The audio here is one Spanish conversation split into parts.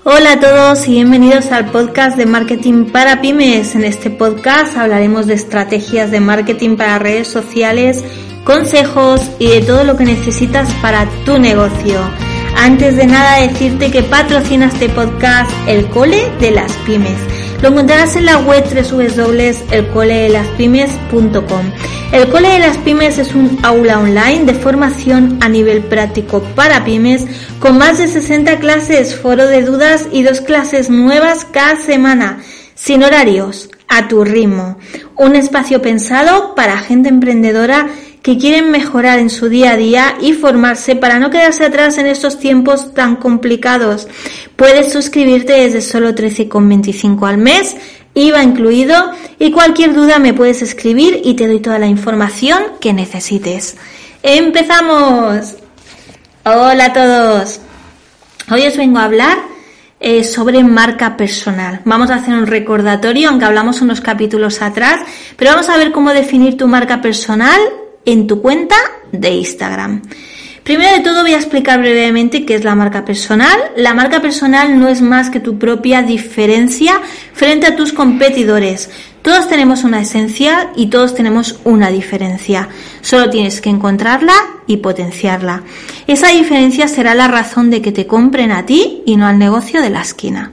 Hola a todos y bienvenidos al podcast de Marketing para Pymes. En este podcast hablaremos de estrategias de marketing para redes sociales, consejos y de todo lo que necesitas para tu negocio. Antes de nada decirte que patrocina este podcast el Cole de las Pymes. Lo encontrarás en la web www.elcoledelaspymes.com. El Cole de las Pymes es un aula online de formación a nivel práctico para pymes con más de 60 clases, foro de dudas y 2 clases nuevas cada semana, sin horarios, a tu ritmo. Un espacio pensado para gente emprendedora que quieren mejorar en su día a día y formarse para no quedarse atrás en estos tiempos tan complicados. Puedes suscribirte desde solo 13,25 al mes, IVA incluido, y cualquier duda me puedes escribir y te doy toda la información que necesites. ¡Empezamos! Hola a todos. Hoy os vengo a hablar sobre marca personal. Vamos a hacer un recordatorio, aunque hablamos unos capítulos atrás, pero vamos a ver cómo definir tu marca personal en tu cuenta de Instagram. Primero de todo voy a explicar brevemente qué es la marca personal. La marca personal no es más que tu propia diferencia frente a tus competidores. Todos tenemos una esencia y todos tenemos una diferencia. Solo tienes que encontrarla y potenciarla. Esa diferencia será la razón de que te compren a ti y no al negocio de la esquina.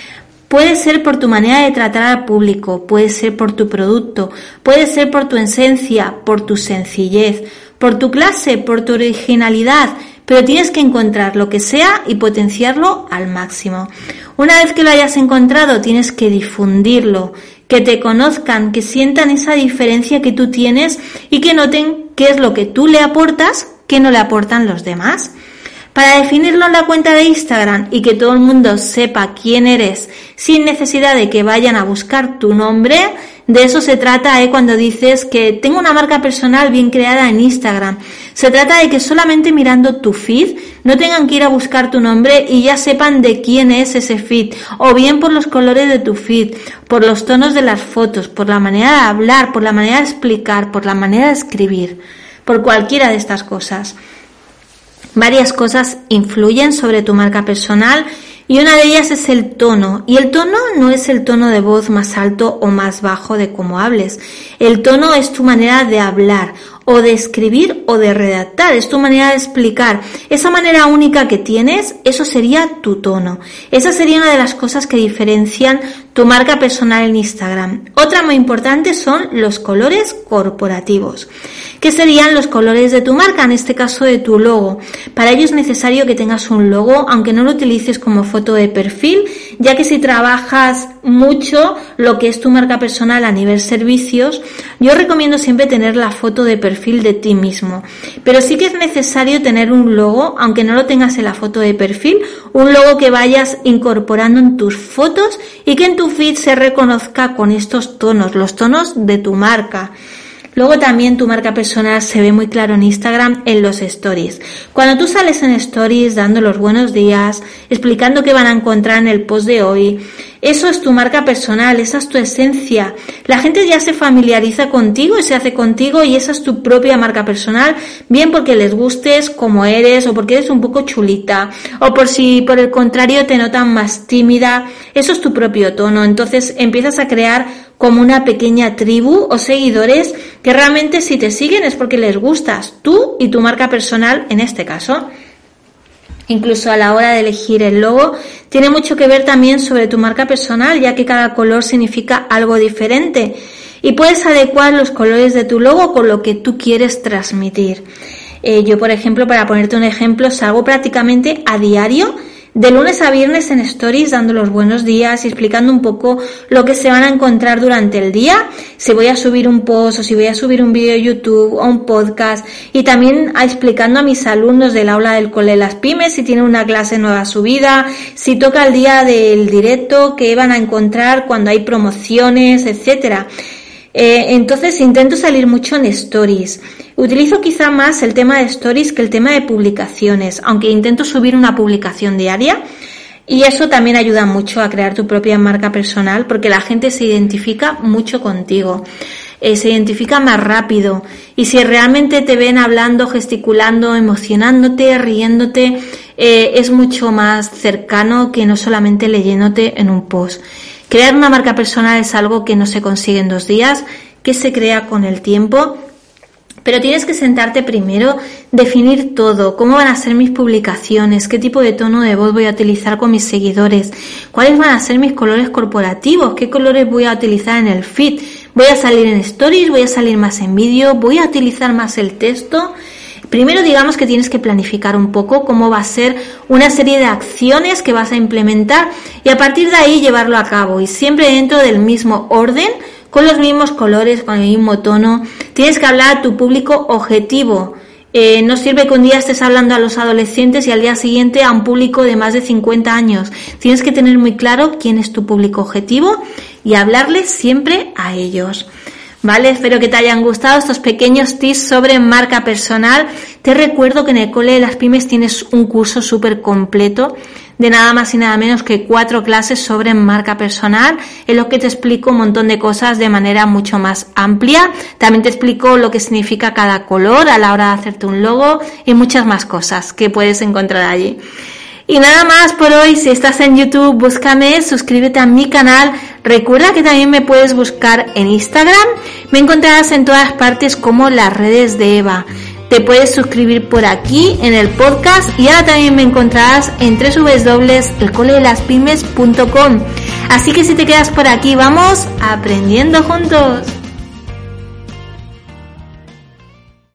Puede ser por tu manera de tratar al público, puede ser por tu producto, puede ser por tu esencia, por tu sencillez, por tu clase, por tu originalidad, pero tienes que encontrar lo que sea y potenciarlo al máximo. Una vez que lo hayas encontrado, tienes que difundirlo, que te conozcan, que sientan esa diferencia que tú tienes y que noten qué es lo que tú le aportas que no le aportan los demás. Para definirlo en la cuenta de Instagram y que todo el mundo sepa quién eres sin necesidad de que vayan a buscar tu nombre, de eso se trata cuando dices que tengo una marca personal bien creada en Instagram. Se trata de que solamente mirando tu feed no tengan que ir a buscar tu nombre y ya sepan de quién es ese feed, o bien por los colores de tu feed, por los tonos de las fotos, por la manera de hablar, por la manera de explicar, por la manera de escribir, por cualquiera de estas cosas. Varias cosas influyen sobre tu marca personal y una de ellas es el tono. Y el tono no es el tono de voz más alto o más bajo de cómo hables. El tono es tu manera de hablar o de escribir o de redactar, es tu manera de explicar. Esa manera única que tienes, eso sería tu tono. Esa sería una de las cosas que diferencian tu marca personal en Instagram. Otra muy importante son los colores corporativos. ¿Qué serían los colores de tu marca? En este caso de tu logo. Para ello es necesario que tengas un logo, aunque no lo utilices como foto de perfil, ya que si trabajas mucho lo que es tu marca personal a nivel servicios, yo recomiendo siempre tener la foto de perfil de ti mismo. Pero sí que es necesario tener un logo, aunque no lo tengas en la foto de perfil, un logo que vayas incorporando en tus fotos y que en tu feed se reconozca con estos tonos, los tonos de tu marca. Luego también tu marca personal se ve muy claro en Instagram en los stories. Cuando tú sales en stories dando los buenos días, explicando qué van a encontrar en el post de hoy, eso es tu marca personal, esa es tu esencia. La gente ya se familiariza contigo y se hace contigo y esa es tu propia marca personal, bien porque les gustes como eres o porque eres un poco chulita o por si por el contrario te notan más tímida, eso es tu propio tono. Entonces empiezas a crear como una pequeña tribu o seguidores que realmente si te siguen es porque les gustas, tú y tu marca personal en este caso. Incluso a la hora de elegir el logo, tiene mucho que ver también sobre tu marca personal, ya que cada color significa algo diferente y puedes adecuar los colores de tu logo con lo que tú quieres transmitir. Yo, por ejemplo, para ponerte un ejemplo, salgo prácticamente a diario de lunes a viernes en stories dando los buenos días y explicando un poco lo que se van a encontrar durante el día, si voy a subir un post o si voy a subir un vídeo de YouTube o un podcast, y también explicando a mis alumnos del aula del Cole de las Pymes si tienen una clase nueva subida, si toca el día del directo, qué van a encontrar cuando hay promociones, etcétera. Entonces intento salir mucho en stories. Utilizo quizá más el tema de stories que el tema de publicaciones, aunque intento subir una publicación diaria y eso también ayuda mucho a crear tu propia marca personal porque la gente se identifica mucho contigo. Se identifica más rápido y si realmente te ven hablando, gesticulando, emocionándote, riéndote, es mucho más cercano que no solamente leyéndote en un post. Crear una marca personal es algo que no se consigue en 2 días, que se crea con el tiempo. Pero tienes que sentarte primero, definir todo, cómo van a ser mis publicaciones, qué tipo de tono de voz voy a utilizar con mis seguidores, cuáles van a ser mis colores corporativos, qué colores voy a utilizar en el feed, voy a salir en stories, voy a salir más en vídeo, voy a utilizar más el texto. Primero digamos que tienes que planificar un poco cómo va a ser una serie de acciones que vas a implementar y a partir de ahí llevarlo a cabo y siempre dentro del mismo orden, con los mismos colores, con el mismo tono. Tienes que hablar a tu público objetivo. No sirve que un día estés hablando a los adolescentes y al día siguiente a un público de más de 50 años. Tienes que tener muy claro quién es tu público objetivo y hablarles siempre a ellos. Vale, espero que te hayan gustado estos pequeños tips sobre marca personal. Te recuerdo que en el Cole de las Pymes tienes un curso súper completo de nada más y nada menos que 4 clases sobre marca personal, en lo que te explico un montón de cosas de manera mucho más amplia. También te explico lo que significa cada color a la hora de hacerte un logo y muchas más cosas que puedes encontrar allí. Y nada más por hoy. Si estás en YouTube, búscame, suscríbete a mi canal. Recuerda que también me puedes buscar en Instagram. Me encontrarás en todas partes como Las Redes de Eva. Te puedes suscribir por aquí en el podcast y ahora también me encontrarás en www.elcoledelaspymes.com. Así que si te quedas por aquí, vamos aprendiendo juntos.